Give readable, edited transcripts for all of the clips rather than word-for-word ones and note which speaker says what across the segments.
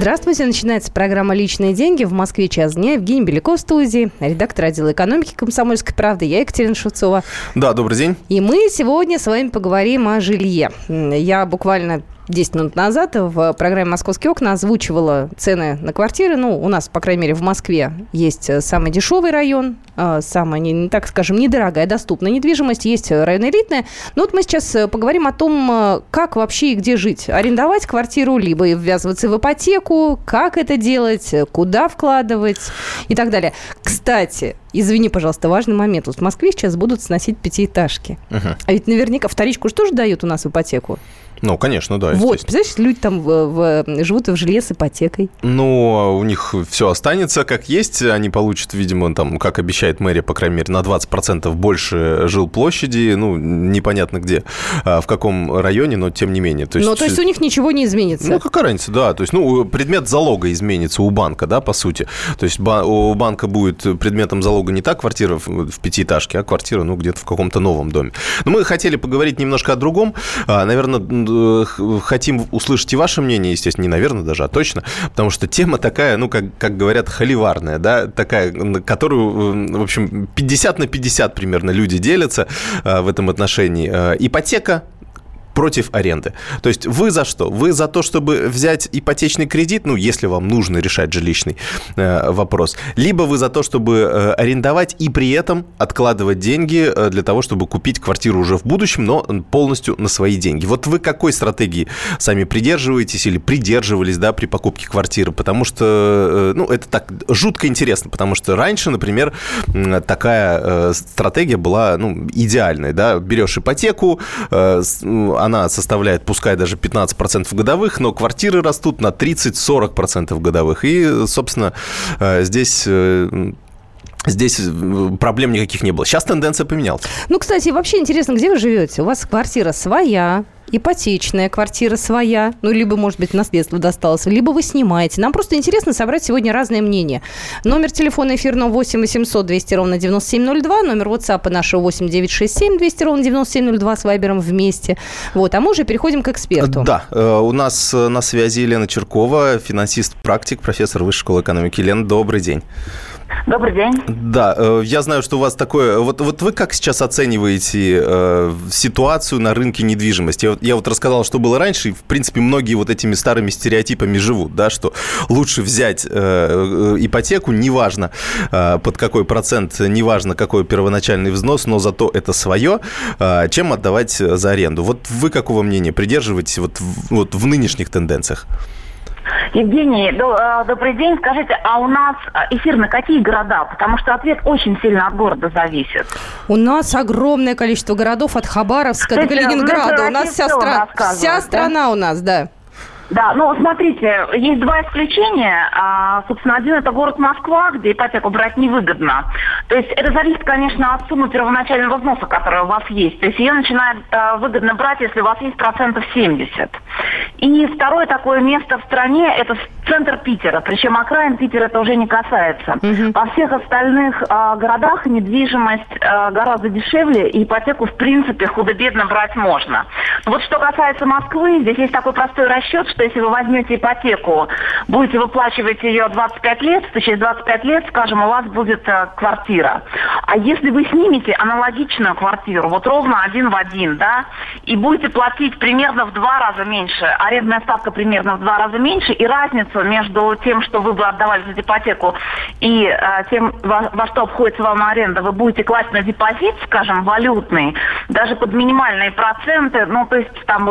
Speaker 1: Здравствуйте. Начинается программа «Личные деньги». В Москве час дня. Евгений Беляков в студии, редактор отдела экономики «Комсомольской правды». Я Екатерина Шевцова.
Speaker 2: Да, добрый день.
Speaker 1: И мы сегодня с вами поговорим о жилье. Я буквально 10 минут назад в программе «Московские окна» озвучивала цены на квартиры. Ну, у нас, по крайней мере, в Москве есть самый дешевый район, самая, так скажем, недорогая, доступная недвижимость, есть район элитная. Но вот мы сейчас поговорим о том, как вообще и где жить. Арендовать квартиру, либо ввязываться в ипотеку, как это делать, куда вкладывать и так далее. Кстати, извини, пожалуйста, важный момент. Вот в Москве сейчас будут сносить пятиэтажки. А ведь наверняка вторичку же тоже дают у нас в ипотеку.
Speaker 2: Ну, конечно, да.
Speaker 1: Вот, представляешь, люди там живут в жилье с ипотекой.
Speaker 2: Ну, у них все останется как есть. Они получат, видимо, там, как обещает мэрия, по крайней мере, на 20% больше жилплощади. Ну, непонятно где, в каком районе, но тем не менее. То есть
Speaker 1: у них ничего не изменится.
Speaker 2: Ну, какая разница, да. То есть, предмет залога изменится у банка, да, по сути. То есть у банка будет предметом залога не та квартира в пятиэтажке, а квартира, где-то в каком-то новом доме. Но мы хотели поговорить немножко о другом. Наверное, хотим услышать и ваше мнение, естественно, не наверное даже, а точно, потому что тема такая, как говорят, холиварная, да, такая, на которую, в общем, 50 на 50 примерно люди делятся в этом отношении. Ипотека против аренды. То есть вы за что? Вы за то, чтобы взять ипотечный кредит, если вам нужно решать жилищный вопрос, либо вы за то, чтобы арендовать и при этом откладывать деньги для того, чтобы купить квартиру уже в будущем, но полностью на свои деньги. Вот вы какой стратегии сами придерживаетесь или придерживались, да, при покупке квартиры? Потому что, это так жутко интересно, потому что раньше, например, такая стратегия была, идеальной, да, берешь ипотеку, она составляет, пускай даже 15% годовых, но квартиры растут на 30-40% годовых. И, собственно, здесь проблем никаких не было. Сейчас тенденция поменялась.
Speaker 1: Кстати, вообще интересно, где вы живете? У вас квартира своя, ипотечная квартира своя, либо, может быть, наследство досталось, либо вы снимаете. Нам просто интересно собрать сегодня разные мнения. Номер телефона эфирного 8 800 200 ровно 9702, номер WhatsApp нашего 8 967 200 ровно 9702 с Вайбером вместе. Вот, а мы уже переходим к эксперту.
Speaker 2: Да, у нас на связи Елена Черкова, финансист-практик, профессор Высшей школы экономики. Елена, добрый день.
Speaker 3: Добрый день.
Speaker 2: Да, я знаю, что у вас такое... Вот вы как сейчас оцениваете ситуацию на рынке недвижимости? Я рассказал, что было раньше, и, в принципе, многие вот этими старыми стереотипами живут, да, что лучше взять ипотеку, неважно под какой процент, неважно какой первоначальный взнос, но зато это свое, чем отдавать за аренду. Вот вы какого мнения придерживаетесь вот в нынешних тенденциях?
Speaker 3: Евгений, добрый день. Скажите, а у нас эфир на какие города? Потому что ответ очень сильно от города зависит.
Speaker 1: У нас огромное количество городов от Хабаровска до Калининграда. У нас вся страна у нас, да.
Speaker 3: Да, смотрите, есть два исключения. Собственно, один – это город Москва, где ипотеку брать невыгодно. То есть это зависит, конечно, от суммы первоначального взноса, которая у вас есть. То есть ее начинает выгодно брать, если у вас есть 70%. И второе такое место в стране – это центр Питера. Причем окраин Питера это уже не касается. Во всех остальных городах недвижимость гораздо дешевле, и ипотеку, в принципе, худо-бедно брать можно. Вот что касается Москвы, здесь есть такой простой расчет, что если вы возьмете ипотеку, будете выплачивать ее 25 лет, то через 25 лет, скажем, у вас будет квартира. А если вы снимете аналогичную квартиру, вот ровно один в один, да, и будете платить примерно в 2 раза меньше, арендная ставка примерно в 2 раза меньше, и разницу между тем, что вы бы отдавали за депозитку, и тем, во что обходится вам аренда, вы будете класть на депозит, скажем, валютный, даже под минимальные проценты, то есть там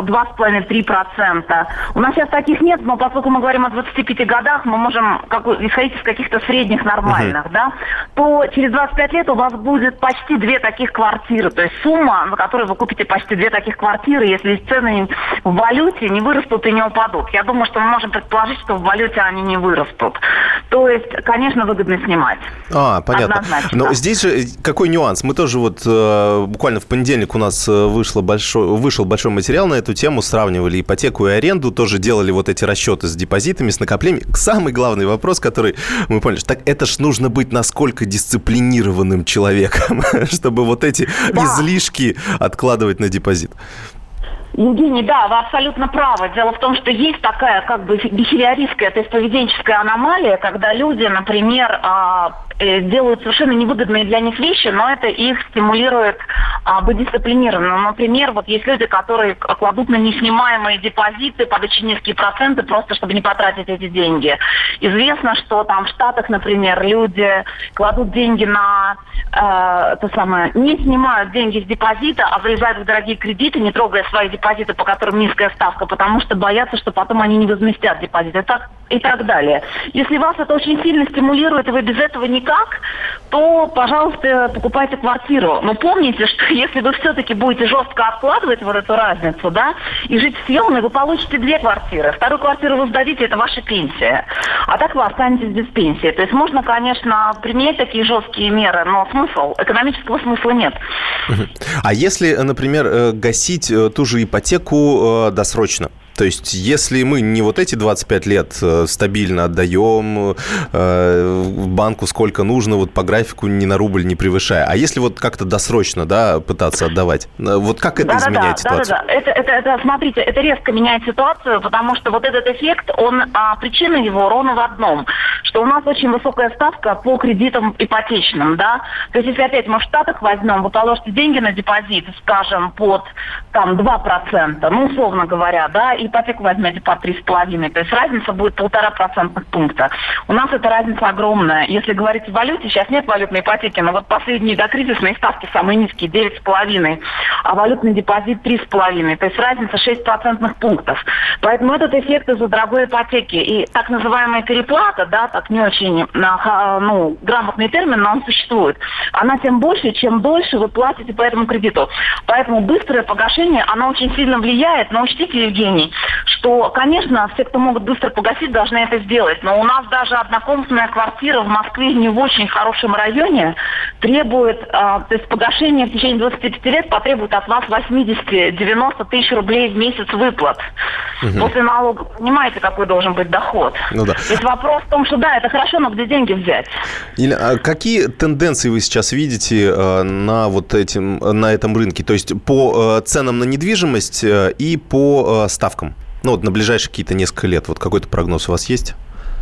Speaker 3: 2,5-3%. У нас сейчас таких нет, но поскольку мы говорим о 25 годах, мы можем исходить из каких-то средних нормальных, да, то через 25 лет у вас будет почти 2 таких квартиры. То есть сумма, на которой вы купите почти 2 таких квартиры, если цены в валюте не вырастут и не упадут. Я думаю, что мы можем предположить, что в валюте они не вырастут. То есть, конечно, выгодно снимать.
Speaker 2: Понятно.
Speaker 3: Однозначно.
Speaker 2: Но здесь же какой нюанс? Мы тоже буквально в понедельник у нас вышел большой материал на эту тему, сравнивали ипотеку и аренду, тоже делали вот эти расчеты с депозитами, с накоплениями. Самый главный вопрос, который мы поняли, что это ж нужно быть насколько дисциплинированным человеком, чтобы вот эти излишки откладывать на депозит.
Speaker 3: Евгений, да, вы абсолютно правы. Дело в том, что есть такая как бы бихевиористская, то есть поведенческая аномалия, когда люди, например, делают совершенно невыгодные для них вещи, но это их стимулирует быть дисциплинированным. Например, вот есть люди, которые кладут на неснимаемые депозиты под очень низкие проценты, просто чтобы не потратить эти деньги. Известно, что там в Штатах, например, люди кладут деньги на не снимают деньги с депозита, а влезают в дорогие кредиты, не трогая свои депозиты, по которым низкая ставка, потому что боятся, что потом они не возместят депозиты и так далее. Если вас это очень сильно стимулирует, и вы без этого никак, то, пожалуйста, покупайте квартиру. Но помните, что если вы все-таки будете жестко откладывать вот эту разницу, да, и жить в съемной, вы получите 2 квартиры. Вторую квартиру вы сдадите, это ваша пенсия. А так вы останетесь без пенсии. То есть можно, конечно, применять такие жесткие меры, но экономического смысла нет.
Speaker 2: А если, например, гасить ту же ипотеку досрочно? То есть, если мы не вот эти 25 лет стабильно отдаем банку сколько нужно, вот по графику ни на рубль не превышая, а если вот как-то досрочно, да, пытаться отдавать, вот как это изменяет ситуацию?
Speaker 3: Это, смотрите, это резко меняет ситуацию, потому что вот этот эффект, причина его ровно в одном, что у нас очень высокая ставка по кредитам ипотечным, да, то есть, если опять мы в Штатах возьмем, вы положите деньги на депозит, скажем, под 2%, условно говоря, да, ипотеку возьмете по 3,5%, то есть разница будет 1,5% пункта. У нас эта разница огромная. Если говорить о валюте, сейчас нет валютной ипотеки, но вот последние докризисные ставки самые низкие, 9,5%, а валютный депозит 3,5%, то есть разница 6% пунктов. Поэтому этот эффект из-за дорогой ипотеки. И так называемая переплата, да, так не очень грамотный термин, но он существует. Она тем больше, чем дольше вы платите по этому кредиту. Поэтому быстрое погашение, оно очень сильно влияет. Но учтите, Евгений, что, конечно, все, кто могут быстро погасить, должны это сделать. Но у нас даже однокомнатная квартира в Москве не в очень хорошем районе требует, то есть погашение в течение 25 лет потребует от вас 80-90 тысяч рублей в месяц выплат. После налога, понимаете, какой должен быть доход? Ну да. То есть вопрос в том, что да, это хорошо, но где деньги взять?
Speaker 2: Елена, а какие тенденции вы сейчас видите на этом рынке? То есть по ценам на недвижимость и по ставкам? На ближайшие какие-то несколько лет. Вот какой-то прогноз у вас есть?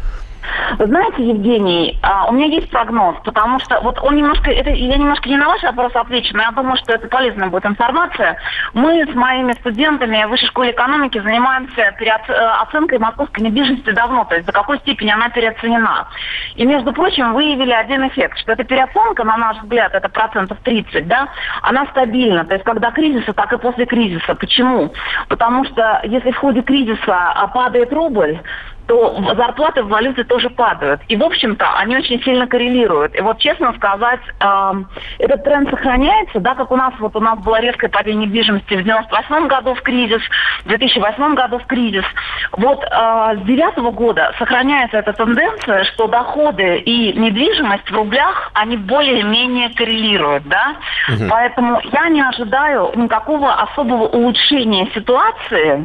Speaker 3: Вы знаете, Евгений, у меня есть прогноз, потому что я немножко не на ваш вопрос отвечу, но я думаю, что это полезная будет информация. Мы с моими студентами в Высшей школе экономики занимаемся оценкой московской недвижимости давно, то есть до какой степени она переоценена. И, между прочим, выявили один эффект, что эта переоценка, на наш взгляд, это 30%, да, она стабильна, то есть как до кризиса, так и после кризиса. Почему? Потому что если в ходе кризиса падает рубль, то зарплаты в валюте тоже падают. И, в общем-то, они очень сильно коррелируют. И вот, честно сказать, этот тренд сохраняется, да, как у нас было резкое падение недвижимости в 98 году в кризис, в 2008 году в кризис. Вот с 2009 года сохраняется эта тенденция, что доходы и недвижимость в рублях, они более-менее коррелируют, да. Поэтому я не ожидаю никакого особого улучшения ситуации.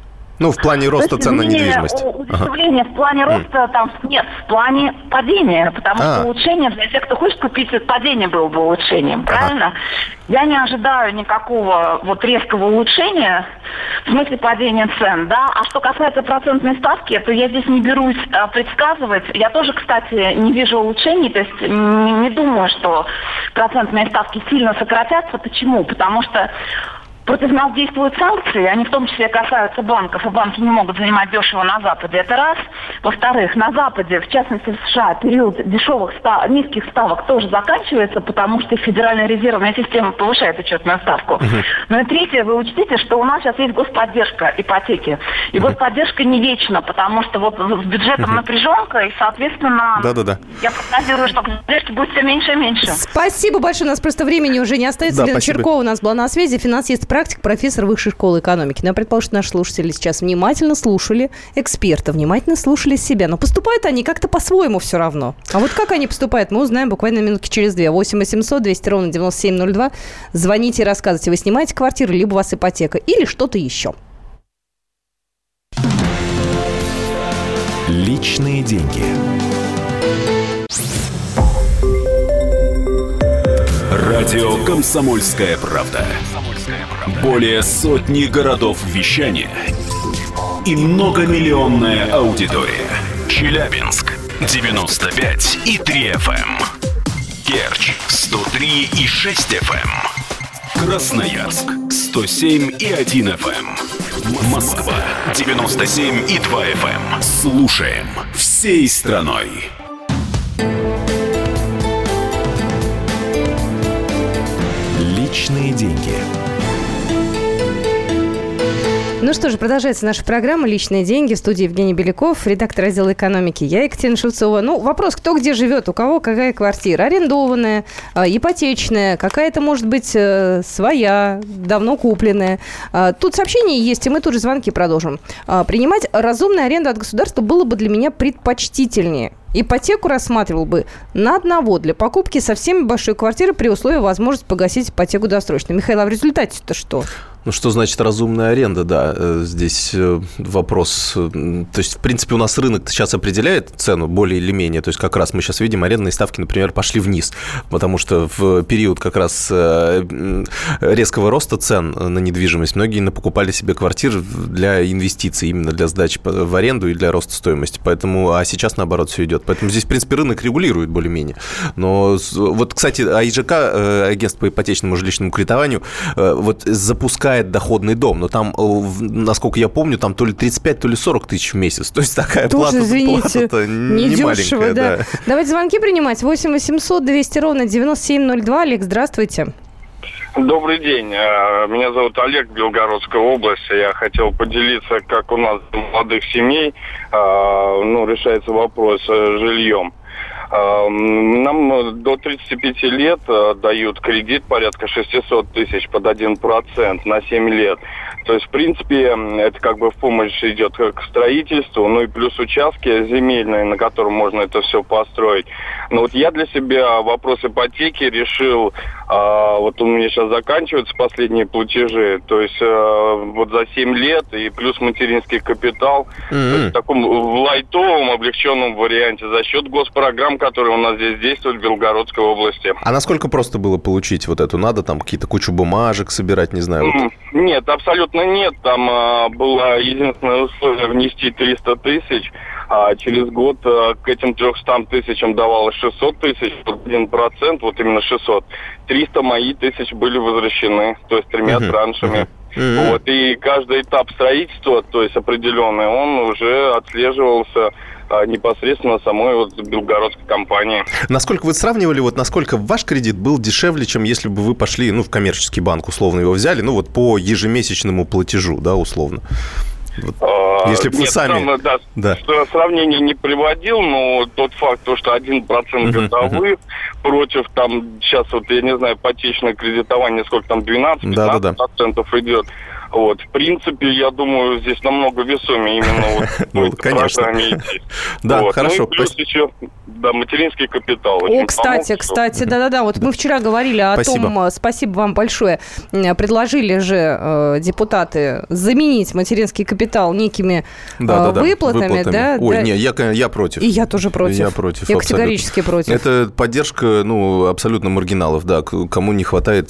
Speaker 2: В плане роста цен на недвижимость.
Speaker 3: Удешевление в плане роста там нет, в плане падения, потому что улучшение для тех, кто хочет купить, падение было бы улучшением, правильно? Я не ожидаю никакого резкого улучшения в смысле падения цен, да. А что касается процентной ставки, то я здесь не берусь предсказывать. Я тоже, кстати, не вижу улучшений, то есть не думаю, что процентные ставки сильно сократятся. Почему? Потому что против нас действуют санкции, они в том числе касаются банков, и банки не могут занимать дешево на Западе. Это раз. Во-вторых, на Западе, в частности в США, период низких ставок тоже заканчивается, потому что Федеральная резервная система повышает учетную ставку. Ну и третье, вы учтите, что у нас сейчас есть господдержка ипотеки. И господдержка не вечна, потому что с бюджетом напряженка, и, соответственно, я прогнозирую, что поддержки будет все меньше и меньше.
Speaker 1: Спасибо большое. У нас просто времени уже не остается. Елена Черкова у нас была на связи, финансист, практик, профессор Высшей школы экономики. Я предположу, что наши слушатели сейчас внимательно слушали эксперта, внимательно слушали себя. Но поступают они как-то по-своему все равно. А вот как они поступают, мы узнаем буквально минутки через 2. 8 800 200 ровно 9702. Звоните и рассказывайте, вы снимаете квартиру, либо у вас ипотека, или что-то еще.
Speaker 4: Личные деньги. Радио «Комсомольская правда». Более сотни городов вещания и многомиллионная аудитория. Челябинск 95,3 FM. Керчь 103,6 FM. Красноярск 107,1 FM. Москва 97,2 FM. Слушаем всей страной. Личные деньги.
Speaker 1: Ну что же, продолжается наша программа «Личные деньги». В студии Евгений Беляков, редактор раздела экономики. Я Екатерина Шевцова. Ну, вопрос, кто где живет, у кого какая квартира. Арендованная, ипотечная, какая-то, может быть, своя, давно купленная. Тут сообщения есть, и мы тут же звонки продолжим. Принимать разумную аренду от государства было бы для меня предпочтительнее. Ипотеку рассматривал бы на одного для покупки совсем большой квартиры при условии возможности погасить ипотеку досрочно. Михаил, а в результате-то что?
Speaker 2: Ну, что значит разумная аренда, да, здесь вопрос. То есть, в принципе, у нас рынок сейчас определяет цену более или менее. То есть, как раз мы сейчас видим, арендные ставки, например, пошли вниз, потому что в период как раз резкого роста цен на недвижимость многие покупали себе квартиры для инвестиций, именно для сдачи в аренду и для роста стоимости. Поэтому, а сейчас, наоборот, все идет. Поэтому здесь, в принципе, рынок регулирует более-менее. Но вот, кстати, АИЖК, агентство по ипотечному жилищному кредитованию, вот запускает доходный дом, но там, насколько я помню, там то ли 35, то ли 40 тысяч в месяц. То есть такая
Speaker 1: тоже,
Speaker 2: плата-то не маленькая.
Speaker 1: Да. Давайте звонки принимать. 8 800 200 ровно 9702. Олег, здравствуйте.
Speaker 5: Добрый день. Меня зовут Олег, Белгородская область. Я хотел поделиться, как у нас у молодых семей решается вопрос с жильем. Нам до 35 лет дают кредит порядка 600 тысяч под 1% на 7 лет. То есть, в принципе, это как бы в помощь идет к строительству, ну и плюс участки земельные, на котором можно это все построить. Но вот я для себя вопрос ипотеки решил, вот у меня сейчас заканчиваются последние платежи, то есть вот за 7 лет и плюс материнский капитал, то есть в таком лайтовом, облегченном варианте за счет госпрограмм, которые у нас здесь действуют в Белгородской области.
Speaker 2: А насколько просто было получить вот эту? Надо там какие-то кучу бумажек собирать, не знаю? Вот.
Speaker 5: Нет, абсолютно нет. Там было единственное условие внести 300 тысяч, а через год к этим 300 тысячам давалось 600 тысяч, 1%, вот именно 600. 300 мои тысяч были возвращены, то есть 3 траншами. Вот, и каждый этап строительства, то есть определенный, он уже отслеживался непосредственно самой вот белгородской компании.
Speaker 2: Насколько вы сравнивали, вот насколько ваш кредит был дешевле, чем если бы вы пошли, в коммерческий банк, условно его взяли, вот по ежемесячному платежу, да, условно? Вот. Если бы вы сами...
Speaker 5: Да. Сравнение не приводил, но тот факт, что 1% годовых против, там, сейчас вот, я не знаю, ипотечное кредитование, сколько там, 12-15% идет. Вот, в принципе, я думаю, здесь намного весомее именно вот
Speaker 2: конечно. Да,
Speaker 5: вот.
Speaker 2: Хорошо.
Speaker 5: Ну и плюс еще, материнский капитал.
Speaker 1: Кстати, да. Вот мы вчера говорили о том, спасибо вам большое, предложили же депутаты заменить материнский капитал некими выплатами. Да?
Speaker 2: Ой, не, я против.
Speaker 1: И я тоже против.
Speaker 2: Я против.
Speaker 1: Я категорически против.
Speaker 2: Это поддержка, абсолютно маргиналов, да, кому не хватает,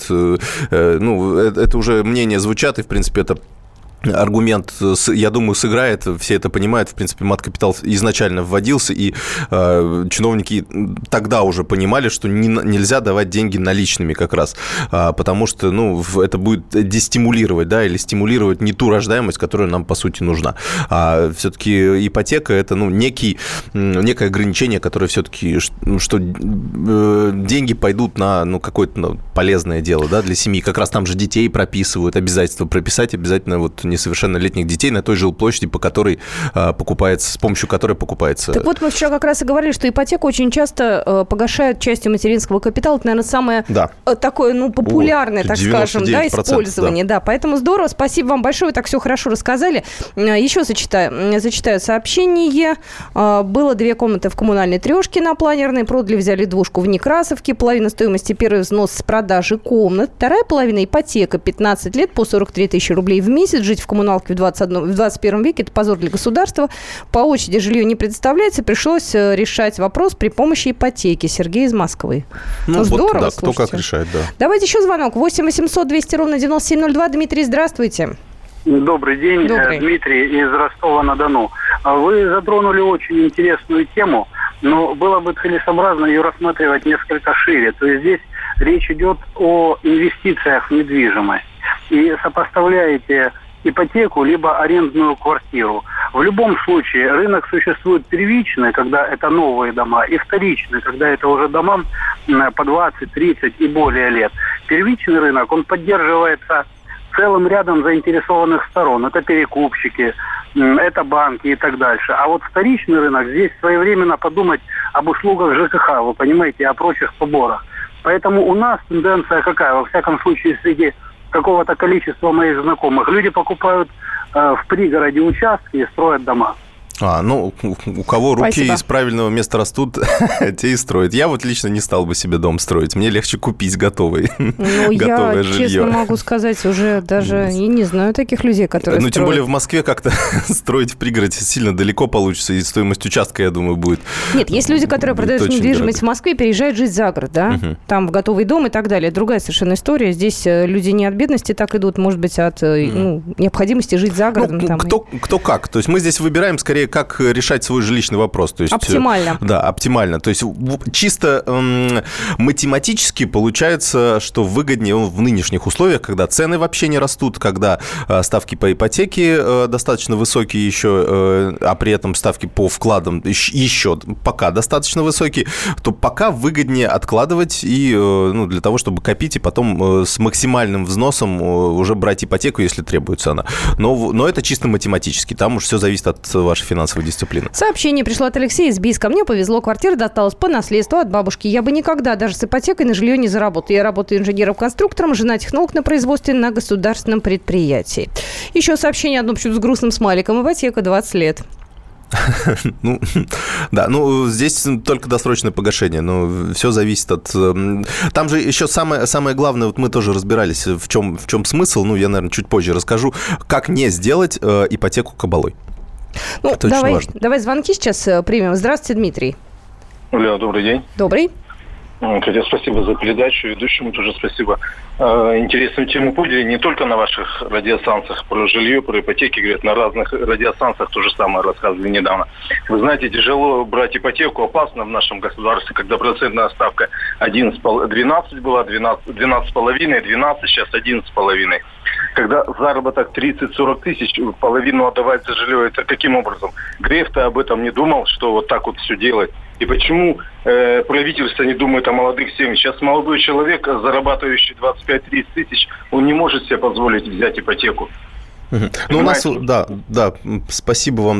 Speaker 2: это уже мнения звучат, и, в принципе, это аргумент, я думаю, сыграет, все это понимают, в принципе, мат-капитал изначально вводился, и чиновники тогда уже понимали, что нельзя давать деньги наличными как раз, потому что, это будет дестимулировать, да, или стимулировать не ту рождаемость, которая нам, по сути, нужна. А все-таки ипотека – это, некое ограничение, которое все-таки, что деньги пойдут на, какое-то полезное дело, да, для семьи. Как раз там же детей прописывают, обязательство прописать, обязательно вот несовершеннолетних детей на той жилплощади, по которой покупается, с помощью которой покупается.
Speaker 1: Так вот, мы вчера как раз и говорили, что ипотеку очень часто погашают частью материнского капитала. Это, наверное, самое такое, популярное, так скажем, использование. Да. Поэтому здорово. Спасибо вам большое. Вы так все хорошо рассказали. Еще зачитаю сообщение. Было 2 комнаты в коммунальной трешке на Планерной. Продали, взяли 2 в Некрасовке. Половина стоимости первый взнос с продажи комнат. Вторая половина ипотека. 15 лет по 43 тысячи рублей в месяц. Жить в в коммуналке в 21 веке – это позор для государства. По очереди жилье не предоставляется. Пришлось решать вопрос при помощи ипотеки. Сергей из Москвы. Ну, здорово,
Speaker 2: да,
Speaker 1: слушайте.
Speaker 2: кто как решает, да.
Speaker 1: Давайте еще звонок. 8 800 200 ровно 9702. Дмитрий, здравствуйте.
Speaker 6: Добрый день,
Speaker 1: Добрый.
Speaker 6: Дмитрий из Ростова-на-Дону. Вы затронули очень интересную тему, но было бы целесообразно ее рассматривать несколько шире. То есть здесь речь идет о инвестициях в недвижимость. И сопоставляете ипотеку либо арендную квартиру. В любом случае рынок существует первичный, когда это новые дома, и вторичный, когда это уже домам по 20, 30 и более лет. Первичный рынок, он поддерживается целым рядом заинтересованных сторон. Это перекупщики, это банки и так дальше. А вот вторичный рынок, здесь своевременно подумать об услугах ЖКХ, вы понимаете, о прочих поборах. Поэтому у нас тенденция какая? Во всяком случае, среди какого-то количества моих знакомых. Люди покупают в пригороде участки и строят дома.
Speaker 2: У кого руки
Speaker 1: Спасибо.
Speaker 2: из правильного места растут, те и строят. Я вот лично не стал бы себе дом строить. Мне легче купить готовое
Speaker 1: Я,
Speaker 2: жилье.
Speaker 1: честно могу сказать, уже даже и не знаю таких людей, которые строят.
Speaker 2: Тем более в Москве как-то строить в пригороде сильно далеко получится, и стоимость участка, я думаю, будет.
Speaker 1: Нет, есть люди, которые продают недвижимость в Москве, переезжают жить за город, да? Там в готовый дом и так далее. Другая совершенно история. Здесь люди не от бедности так идут, может быть, от необходимости жить за городом.
Speaker 2: Кто как. То есть мы здесь выбираем скорее, как решать свой жилищный вопрос. То есть,
Speaker 1: оптимально.
Speaker 2: Да, оптимально. То есть чисто математически получается, что выгоднее в нынешних условиях, когда цены вообще не растут, когда ставки по ипотеке достаточно высокие еще, а при этом ставки по вкладам еще пока достаточно высокие, то пока выгоднее откладывать и для того, чтобы копить и потом с максимальным взносом уже брать ипотеку, если требуется она. Но это чисто математически. Там уж все зависит от вашей финансовой дисциплины.
Speaker 1: Сообщение пришло от Алексея из Бийска. Мне повезло, квартира досталась по наследству от бабушки. Я бы никогда даже с ипотекой на жилье не заработала. Я работаю инженером-конструктором, жена технолог на производстве на государственном предприятии. Еще сообщение одно почему-то с грустным смайликом. Ипотека 20 лет.
Speaker 2: Здесь только досрочное погашение, но все зависит от... Там же еще самое главное, вот мы тоже разбирались, в чем смысл, я, наверное, чуть позже расскажу, как не сделать ипотеку кабалой. Это очень важно.
Speaker 1: Давай звонки сейчас примем. Здравствуйте, Дмитрий.
Speaker 5: Алло, добрый день.
Speaker 1: Добрый.
Speaker 5: Хотя спасибо за передачу, ведущему тоже спасибо. Интересную тему подняли не только на ваших радиостанциях про жилье, про ипотеки, говорят, на разных радиостанциях то же самое рассказывали недавно. Вы знаете, тяжело брать ипотеку, опасно в нашем государстве, когда процентная ставка 12 была, 12,5, 12, сейчас 11,5. Когда заработок 30-40 тысяч, половину отдавать за жилье, это каким образом? Греф-то об этом не думал, что вот так вот все делать. И почему правительство не думает о молодых семьях? Сейчас молодой человек, зарабатывающий 25-30 тысяч, он не может себе позволить взять ипотеку.
Speaker 2: У нас, да, спасибо вам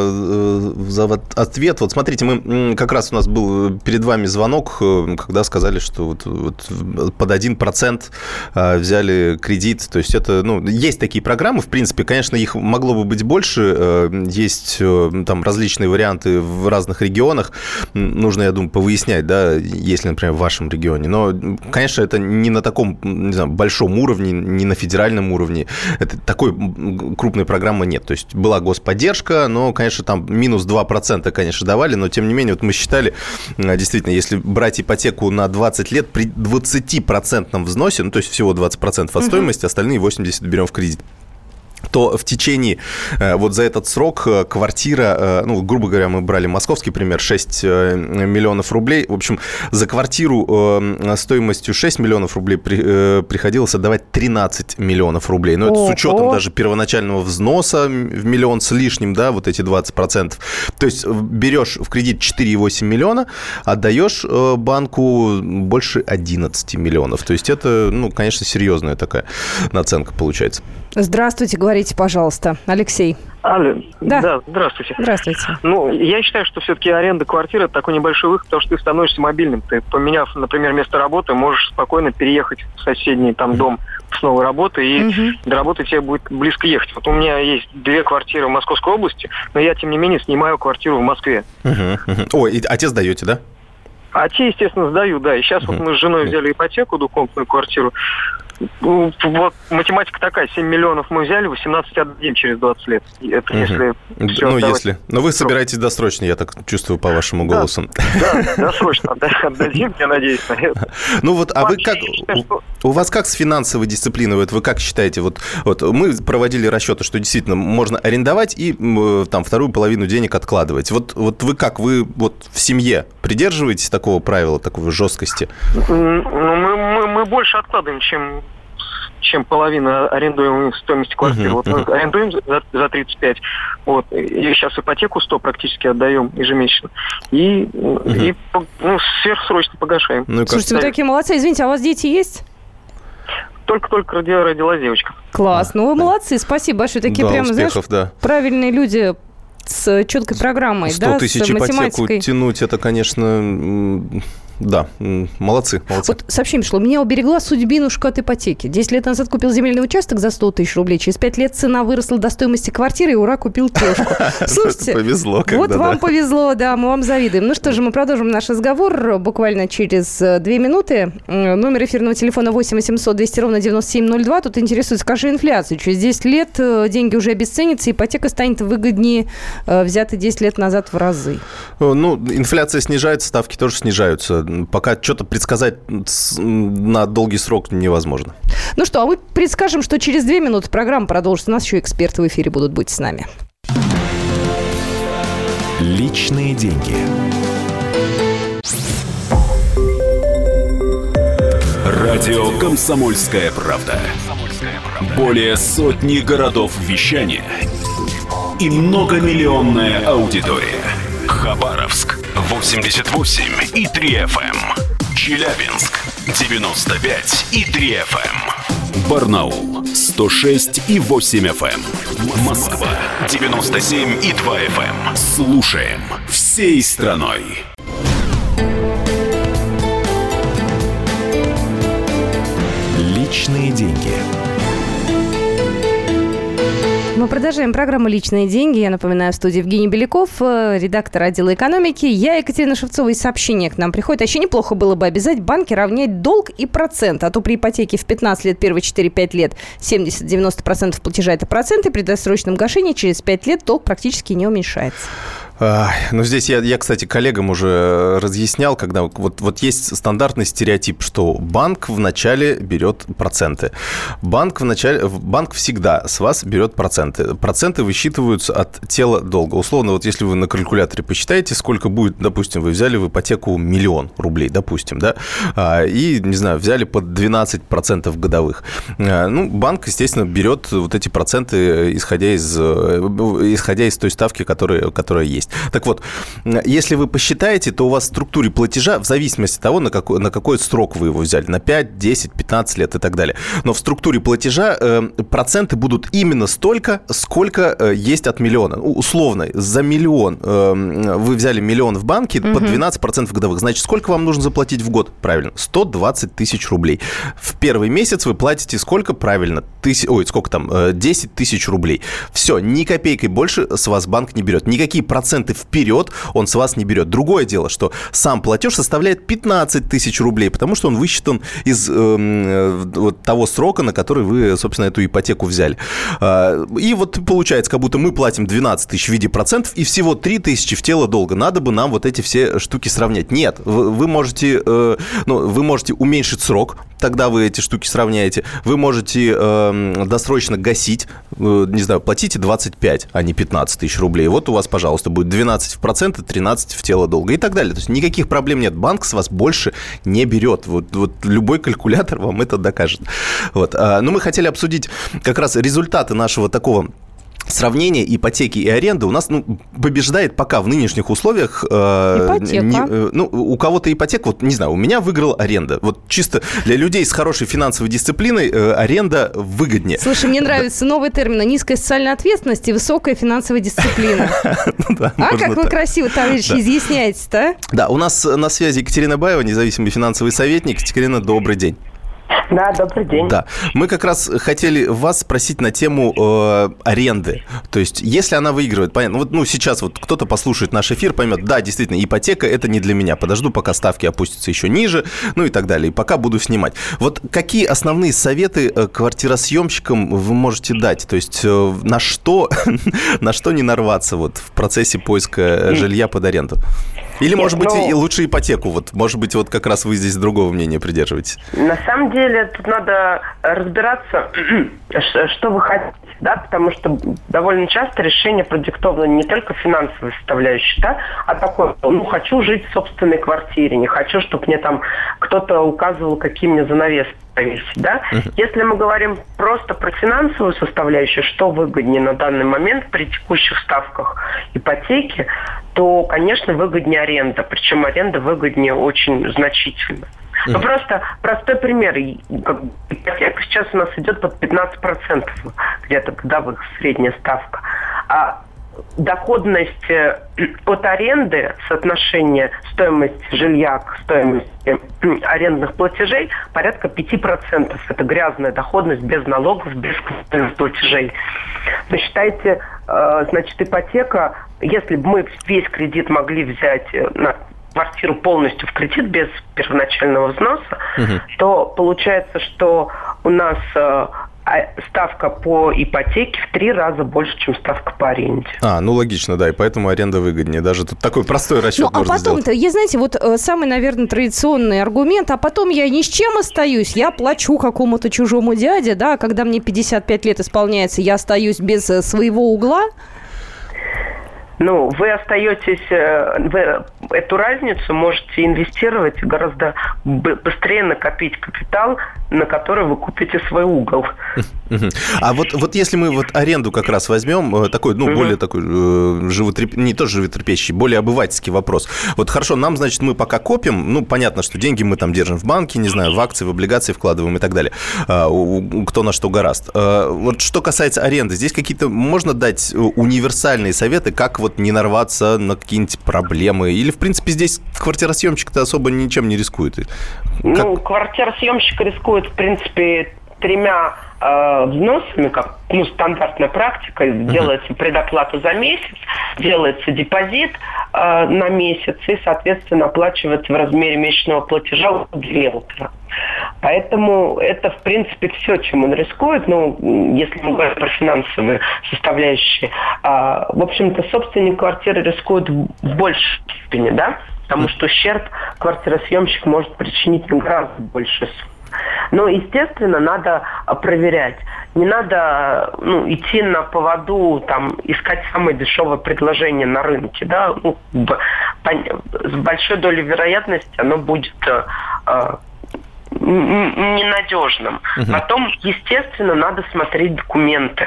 Speaker 2: за ответ. Вот смотрите, мы как раз у нас был перед вами звонок, когда сказали, что вот под 1% взяли кредит. То есть это, есть такие программы, в принципе, конечно, их могло бы быть больше. Есть там различные варианты в разных регионах. Нужно, я думаю, повыяснять, да, если, например, в вашем регионе. Но, конечно, это не на таком, не знаю, большом уровне, не на федеральном уровне. Это такой крупной программы нет. То есть была господдержка, но, конечно, там минус 2%, конечно, давали, но, тем не менее, вот мы считали, действительно, если брать ипотеку на 20 лет при 20% взносе, то есть всего 20% от стоимости, остальные 80% берем в кредит, то в течение вот за этот срок квартира, грубо говоря, мы брали московский пример, 6 миллионов рублей. В общем, за квартиру стоимостью 6 миллионов рублей приходилось отдавать 13 миллионов рублей. Но это с учетом даже первоначального взноса в миллион с лишним, да, вот эти 20%. То есть берешь в кредит 4,8 миллиона, отдаешь банку больше 11 миллионов. То есть это, конечно, серьезная такая наценка получается.
Speaker 1: Здравствуйте, говорите, пожалуйста. Алексей.
Speaker 7: Алло.
Speaker 1: Да,
Speaker 7: здравствуйте.
Speaker 1: Здравствуйте.
Speaker 7: Я считаю, что все-таки аренда квартиры – это такой небольшой выход, потому что ты становишься мобильным. Ты, поменяв, например, место работы, можешь спокойно переехать в соседний дом с новой работы, и до работы тебе будет близко ехать. Вот у меня есть 2 квартиры в Московской области, но я, тем не менее, снимаю квартиру в Москве.
Speaker 2: Ой, а те сдаете, да?
Speaker 7: А те, естественно, сдаю, да. И сейчас вот мы с женой взяли ипотеку, двухкомнатную квартиру. Вот математика такая, 7 миллионов мы взяли, 18 отдадим через 20 лет. Это если все отдавать.
Speaker 2: Но вы собираетесь досрочно, я так чувствую по вашему голосу.
Speaker 7: Да, досрочно отдадим, я надеюсь на это.
Speaker 2: Ну вот, а вы как... У вас как с финансовой дисциплиной? Вот вы как считаете? Вот мы проводили расчеты, что действительно можно арендовать и там вторую половину денег откладывать. Вот вы как? Вы вот в семье придерживаетесь такого правила, такой жесткости?
Speaker 7: Мы больше откладываем, чем половина арендуемой стоимости квартиры. Вот мы арендуем за 35, вот, и сейчас ипотеку 100 практически отдаем ежемесячно. И сверхсрочно погашаем.
Speaker 1: Слушайте, вы такие молодцы. Извините, а у вас дети есть?
Speaker 7: Только родилась девочка.
Speaker 1: Класс. Ну, вы молодцы. Спасибо большое. Такие прям,
Speaker 2: успехов,
Speaker 1: знаешь, правильные люди с четкой программой,
Speaker 2: 100 тысяч ипотеку тянуть, это, конечно... Да, молодцы.
Speaker 1: Вот сообщение пришло. Меня уберегла судьбинушка от ипотеки. 10 лет назад купил земельный участок за 100 тысяч рублей. Через 5 лет цена выросла до стоимости квартиры, и ура, купил тёшку. Слушайте,
Speaker 2: повезло,
Speaker 1: вот вам повезло, да, мы вам завидуем. Ну что же, мы продолжим наш разговор буквально через 2 минуты. Номер эфирного телефона 8 800 200 ровно 9702. Тут интересует, скажи инфляцию. Через 10 лет деньги уже обесценятся, ипотека станет выгоднее взятой 10 лет назад в разы.
Speaker 2: Ну, инфляция снижается, ставки тоже снижаются. Пока что-то предсказать на долгий срок невозможно.
Speaker 1: Ну что, а мы предскажем, что через 2 минуты программа продолжится. У нас еще эксперты в эфире будут. Будьте с нами.
Speaker 4: Личные деньги. Радио «Комсомольская правда». Более сотни городов вещания и многомиллионная аудитория. Хабаровск 88,3 FM. Челябинск 95,3 FM. Барнаул 106,8 FM. Москва 97,2 FM. Слушаем всей страной. Личные деньги.
Speaker 1: Мы продолжаем программу «Личные деньги». Я напоминаю, в студии Евгений Беляков, редактор отдела экономики. Я Екатерина Шевцова, и сообщения к нам приходят. А еще неплохо было бы обязать банки равнять долг и процент. А то при ипотеке в 15 лет, первые 4-5 лет 70-90% платежа – это проценты. При досрочном гашении через 5 лет долг практически не уменьшается.
Speaker 2: Ну, здесь я, кстати, коллегам уже разъяснял, когда вот есть стандартный стереотип, что банк вначале берет проценты. Банк всегда с вас берет проценты. Проценты высчитываются от тела долга. Условно, вот если вы на калькуляторе посчитаете, сколько будет, допустим, вы взяли в ипотеку 1 000 000 рублей, допустим, да, и, не знаю, взяли под 12% годовых. Ну, банк, естественно, берет вот эти проценты, исходя из той ставки, которая есть. Так вот, если вы посчитаете, то у вас в структуре платежа, в зависимости от того, на какой срок вы его взяли, на 5, 10, 15 лет и так далее, но в структуре платежа проценты будут именно столько, сколько есть от миллиона. Условно, за 1 000 000 вы взяли 1 000 000 в банке под 12% годовых. Значит, сколько вам нужно заплатить в год? Правильно, 120 тысяч рублей. В первый месяц вы платите сколько? Правильно, 10 тысяч рублей. Все, ни копейкой больше с вас банк не берет. Никакие проценты вперед он с вас не берет. Другое дело, что сам платеж составляет 15 тысяч рублей, потому что он высчитан из того срока, на который вы, собственно, эту ипотеку взяли. И вот получается, как будто мы платим 12 тысяч в виде процентов и всего 3 тысячи в тело долга. Надо бы нам вот эти все штуки сравнять. Нет, вы можете уменьшить срок, тогда вы эти штуки сравняете. Вы можете досрочно гасить, не знаю, платите 25, а не 15 тысяч рублей. Вот у вас, пожалуйста, будет 12 в проценты, 13 в тело долга и так далее. То есть никаких проблем нет. Банк с вас больше не берет. Вот любой калькулятор вам это докажет. Вот. Но мы хотели обсудить как раз результаты нашего такого сравнение ипотеки и аренды у нас побеждает пока в нынешних условиях.
Speaker 1: Ипотека.
Speaker 2: У кого-то ипотека, вот не знаю, у меня выиграла аренда. Вот чисто для людей с хорошей финансовой дисциплиной аренда выгоднее.
Speaker 1: Слушай, мне нравится новый термин: низкая социальная ответственность и высокая финансовая дисциплина. А как вы красиво, товарищи, изъясняете-то?
Speaker 2: Да, у нас на связи Екатерина Баева, независимый финансовый советник. Екатерина, добрый день.
Speaker 8: Да, добрый день.
Speaker 2: Да. Мы как раз хотели вас спросить на тему аренды. То есть, если она выигрывает, понятно, вот, сейчас вот кто-то послушает наш эфир, поймет, да, действительно, ипотека – это не для меня. Подожду, пока ставки опустятся еще ниже, и так далее. И пока буду снимать. Вот какие основные советы квартиросъемщикам вы можете дать? То есть, на что не нарваться вот в процессе поиска жилья под аренду? Или, может быть, и лучше ипотеку? Вот, может быть, вот как раз вы здесь другого мнения придерживаетесь.
Speaker 8: На самом деле, тут надо разбираться, что вы хотите, да, потому что довольно часто решение продиктовано не только финансовой составляющей, да, а такое, хочу жить в собственной квартире, не хочу, чтобы мне там кто-то указывал, какие мне занавески повесить, да. Если мы говорим просто про финансовую составляющую, что выгоднее на данный момент при текущих ставках ипотеки, то, конечно, выгоднее аренда, причем аренда выгоднее очень значительно. Ну, просто простой пример. Ипотека сейчас у нас идет под 15%, где-то годовых, средняя ставка. А доходность от аренды, соотношение стоимости жилья к стоимости арендных платежей порядка 5%. Это грязная доходность без налогов, без платежей. Вы считаете, значит, ипотека, если бы мы весь кредит могли взять на квартиру полностью в кредит без первоначального взноса, то получается, что у нас ставка по ипотеке в 3 раза больше, чем ставка по аренде.
Speaker 2: Логично, да, и поэтому аренда выгоднее. Даже тут такой простой расчет можно сделать.
Speaker 1: А потом-то, знаете, вот самый, наверное, традиционный аргумент, а потом я ни с чем остаюсь, я плачу какому-то чужому дяде, да, когда мне 55 лет исполняется, я остаюсь без своего угла.
Speaker 8: Вы остаетесь, вы эту разницу можете инвестировать, гораздо быстрее накопить капитал, на который вы купите свой угол.
Speaker 2: А вот если мы вот аренду как раз возьмем, такой, более такой не то животрепещущий, более обывательский вопрос. Вот хорошо, нам, значит, мы пока копим, понятно, что деньги мы там держим в банке, не знаю, в акции, в облигации вкладываем и так далее, кто на что горазд. Вот что касается аренды, здесь какие-то можно дать универсальные советы, как вот не нарваться на какие-нибудь проблемы? Или, в принципе, здесь квартиросъемщик-то особо ничем не рискует?
Speaker 8: Квартиросъемщик рискует, в принципе, 3 взносами, как стандартная практика. Делается предоплата за месяц, делается депозит на месяц и, соответственно, оплачивается в размере месячного платежа у риэлтора. Поэтому это, в принципе, все, чем он рискует. Если мы говорим про финансовые составляющие, в общем-то, собственник квартиры рискует в большей степени, да, потому что ущерб квартиросъемщик может причинить гораздо больше. Но, естественно, надо проверять. Не надо идти на поводу, искать самое дешевое предложение на рынке. Да? С большой долей вероятности оно будет ненадежным. Потом, естественно, надо смотреть документы.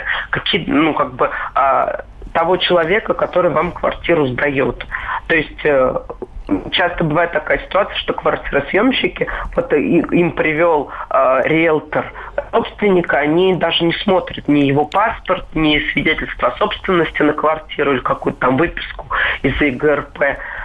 Speaker 8: Того человека, который вам квартиру сдает. То есть часто бывает такая ситуация, что квартиросъемщики, им привел риэлтор собственника, они даже не смотрят ни его паспорт, ни свидетельство о собственности на квартиру или какую-то там выписку из ИГРП.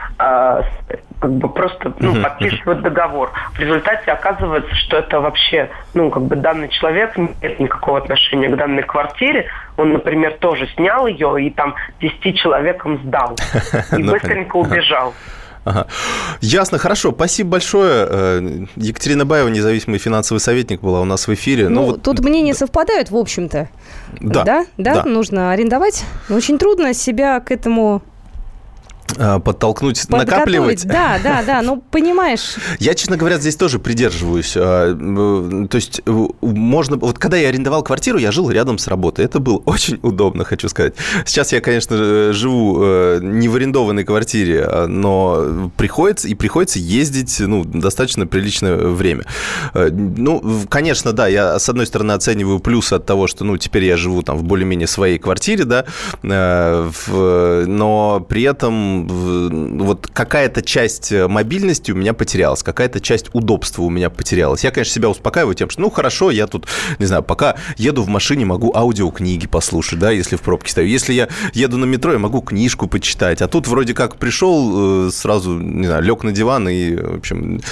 Speaker 8: Просто подписывают договор. В результате оказывается, что это вообще, данный человек не имеет никакого отношения к данной квартире. Он, например, тоже снял ее и 10 человекам сдал. И быстренько убежал.
Speaker 2: Ага. Ясно, хорошо. Спасибо большое. Екатерина Баева, независимый финансовый советник, была у нас в эфире.
Speaker 1: Тут мнения совпадают, в общем-то. Да? Нужно арендовать. Но очень трудно себя к этому...
Speaker 2: подтолкнуть, накапливать.
Speaker 1: Да, понимаешь.
Speaker 2: Я, честно говоря, здесь тоже придерживаюсь. То есть можно... Вот когда я арендовал квартиру, я жил рядом с работой. Это было очень удобно, хочу сказать. Сейчас я, конечно, живу не в арендованной квартире, но приходится ездить достаточно приличное время. Конечно, да, я, с одной стороны, оцениваю плюсы от того, что, теперь я живу в более-менее своей квартире, да, но при этом там вот какая-то часть мобильности у меня потерялась, какая-то часть удобства у меня потерялась. Я, конечно, себя успокаиваю тем, что, хорошо, я тут, не знаю, пока еду в машине, могу аудиокниги послушать, да, если в пробке стою. Если я еду на метро, я могу книжку почитать. А тут вроде как пришел, сразу, не знаю, лег на диван и, в общем,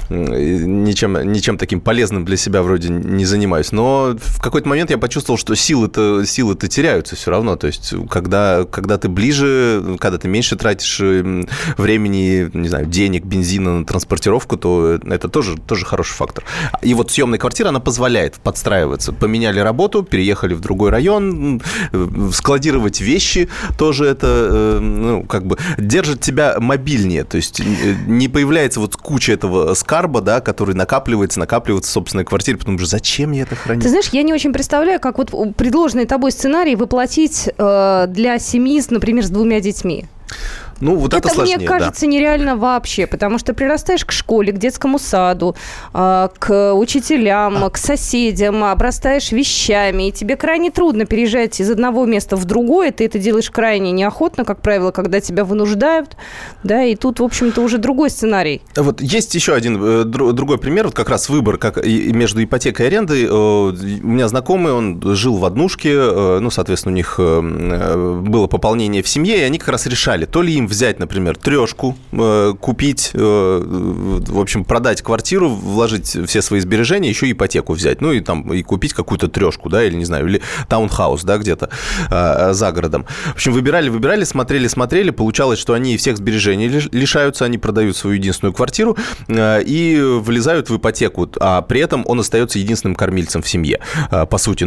Speaker 2: ничем таким полезным для себя вроде не занимаюсь. Но в какой-то момент я почувствовал, что силы-то теряются все равно. То есть, когда ты ближе, когда ты меньше тратишь времени, не знаю, денег, бензина на транспортировку, то это тоже хороший фактор. И вот съемная квартира, она позволяет подстраиваться. Поменяли работу, переехали в другой район, складировать вещи тоже это, держит тебя мобильнее. То есть не появляется вот куча этого скарба, да, который накапливается в собственной квартире, потому что зачем мне это хранить?
Speaker 1: Ты знаешь, я не очень представляю, как вот предложенный тобой сценарий воплотить для семьи, например, с 2 детьми.
Speaker 2: Вот это сложнее,
Speaker 1: мне кажется, нереально вообще, потому что прирастаешь к школе, к детскому саду, к учителям, к соседям, обрастаешь вещами, и тебе крайне трудно переезжать из одного места в другое, ты это делаешь крайне неохотно, как правило, когда тебя вынуждают, да, и тут, в общем-то, уже другой сценарий.
Speaker 2: Вот есть еще один другой пример, вот как раз выбор как между ипотекой и арендой. У меня знакомый, он жил в однушке, соответственно, у них было пополнение в семье, и они как раз решали, то ли им взять, например, 3, купить, в общем, продать квартиру, вложить все свои сбережения, еще ипотеку взять, и купить какую-то 3, да, или, не знаю, или таунхаус, да, где-то за городом. В общем, выбирали, смотрели, получалось, что они всех сбережений лишаются, они продают свою единственную квартиру и влезают в ипотеку, а при этом он остается единственным кормильцем в семье, по сути,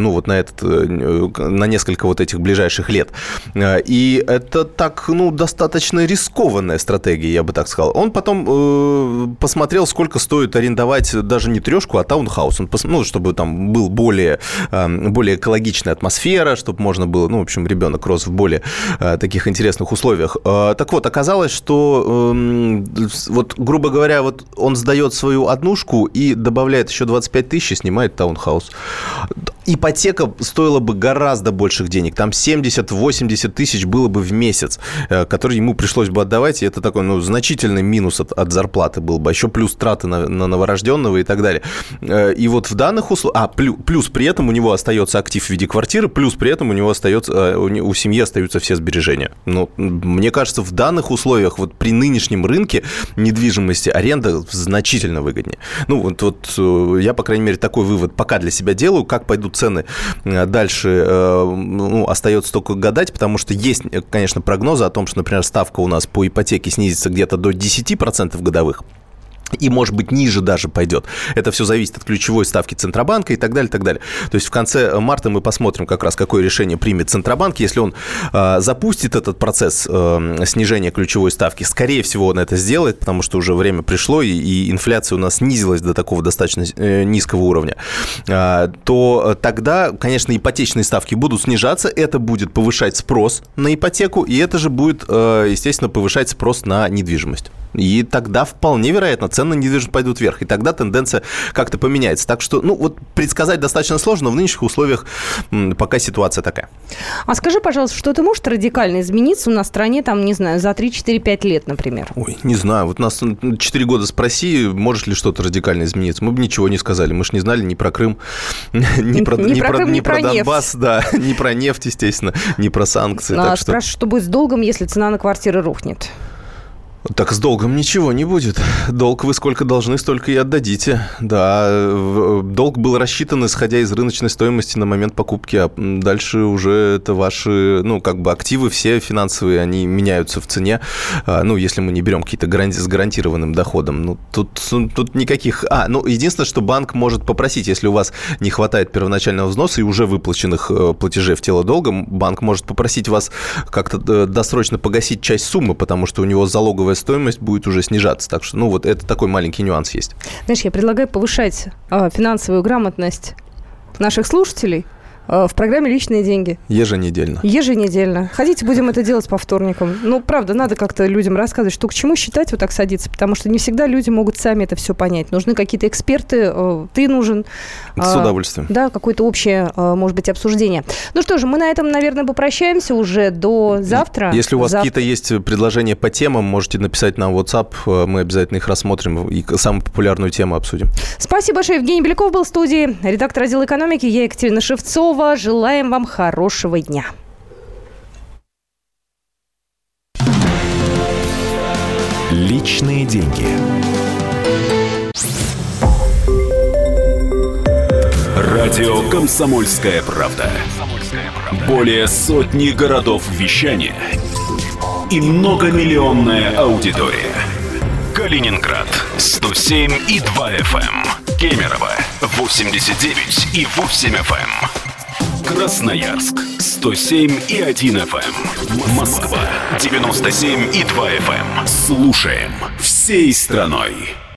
Speaker 2: на несколько вот этих ближайших лет. И это так, достаточно рискованная стратегия, я бы так сказал. Он потом посмотрел, сколько стоит арендовать даже не 3, а таунхаус. Чтобы там был более экологичная атмосфера, чтобы можно было, в общем, ребенок рос в более таких интересных условиях. Так вот, оказалось, что, грубо говоря, он сдает свою однушку и добавляет еще 25 тысяч и снимает таунхаус. Ипотека стоила бы гораздо больших денег. Там 70-80 тысяч было бы в месяц, который ему пришлось бы отдавать, и это такой, значительный минус от зарплаты был бы, еще плюс траты на новорожденного и так далее. И вот в данных условиях... плюс при этом у него остается актив в виде квартиры, плюс при этом у него у семьи остаются все сбережения. Мне кажется, в данных условиях, при нынешнем рынке недвижимости, аренда значительно выгоднее. Я, по крайней мере, такой вывод пока для себя делаю. Как пойдут цены дальше, остается только гадать, потому что есть, конечно, прогнозы о том, что, например, ставка у нас по ипотеке снизится где-то до 10% годовых. И, может быть, ниже даже пойдет. Это все зависит от ключевой ставки Центробанка и так далее, и так далее. То есть в конце марта мы посмотрим как раз, какое решение примет Центробанк. Если он запустит этот процесс снижения ключевой ставки, скорее всего, он это сделает, потому что уже время пришло, и инфляция у нас снизилась до такого достаточно низкого уровня, то тогда, конечно, ипотечные ставки будут снижаться, это будет повышать спрос на ипотеку, и это же будет, естественно, повышать спрос на недвижимость. И тогда вполне вероятно цены на недвижимость пойдут вверх, и тогда тенденция как-то поменяется. Так что, предсказать достаточно сложно, но в нынешних условиях пока ситуация такая.
Speaker 1: А скажи, пожалуйста, что-то может радикально измениться на стране, за 3-4-5 лет, например?
Speaker 2: Ой, не знаю. Вот нас 4 года спроси, может ли что-то радикально измениться. Мы бы ничего не сказали. Мы же не знали ни про Крым, ни про Донбасс, да, ни про нефть, естественно, ни про санкции.
Speaker 1: Спрашиваю, что будет с долгом, если цена на квартиры рухнет?
Speaker 2: Так с долгом ничего не будет. Долг вы сколько должны, столько и отдадите. Да, долг был рассчитан, исходя из рыночной стоимости на момент покупки, а дальше уже это ваши, активы все финансовые, они меняются в цене. Если мы не берем какие-то с гарантированным доходом. Тут никаких... единственное, что банк может попросить, если у вас не хватает первоначального взноса и уже выплаченных платежей в тело долга, банк может попросить вас как-то досрочно погасить часть суммы, потому что у него залоговая стоимость будет уже снижаться. Так что, это такой маленький нюанс есть.
Speaker 1: Знаешь, я предлагаю повышать финансовую грамотность наших слушателей. В программе «Личные деньги».
Speaker 2: Еженедельно.
Speaker 1: Еженедельно. Хотите, будем это делать по вторникам. Ну, правда, надо как-то людям рассказывать, что к чему считать, вот так садиться, потому что не всегда люди могут сами это все понять. Нужны какие-то эксперты, ты нужен.
Speaker 2: С удовольствием.
Speaker 1: Да, какое-то общее, может быть, обсуждение. Ну что же, мы на этом, наверное, попрощаемся уже до завтра.
Speaker 2: Если у вас какие-то есть предложения по темам, можете написать нам в WhatsApp, мы обязательно их рассмотрим и самую популярную тему обсудим.
Speaker 1: Спасибо большое. Евгений Беляков был в студии, редактор отдела экономики, я Екатерина Шевцова. Желаем вам хорошего дня.
Speaker 4: Личные деньги. Радио «Комсомольская правда». Более сотни городов вещания и многомиллионная аудитория. Калининград 107,2 FM. Кемерово 89,8 FM. Красноярск 107,1 FM. Москва 97,2 FM. Слушаем всей страной.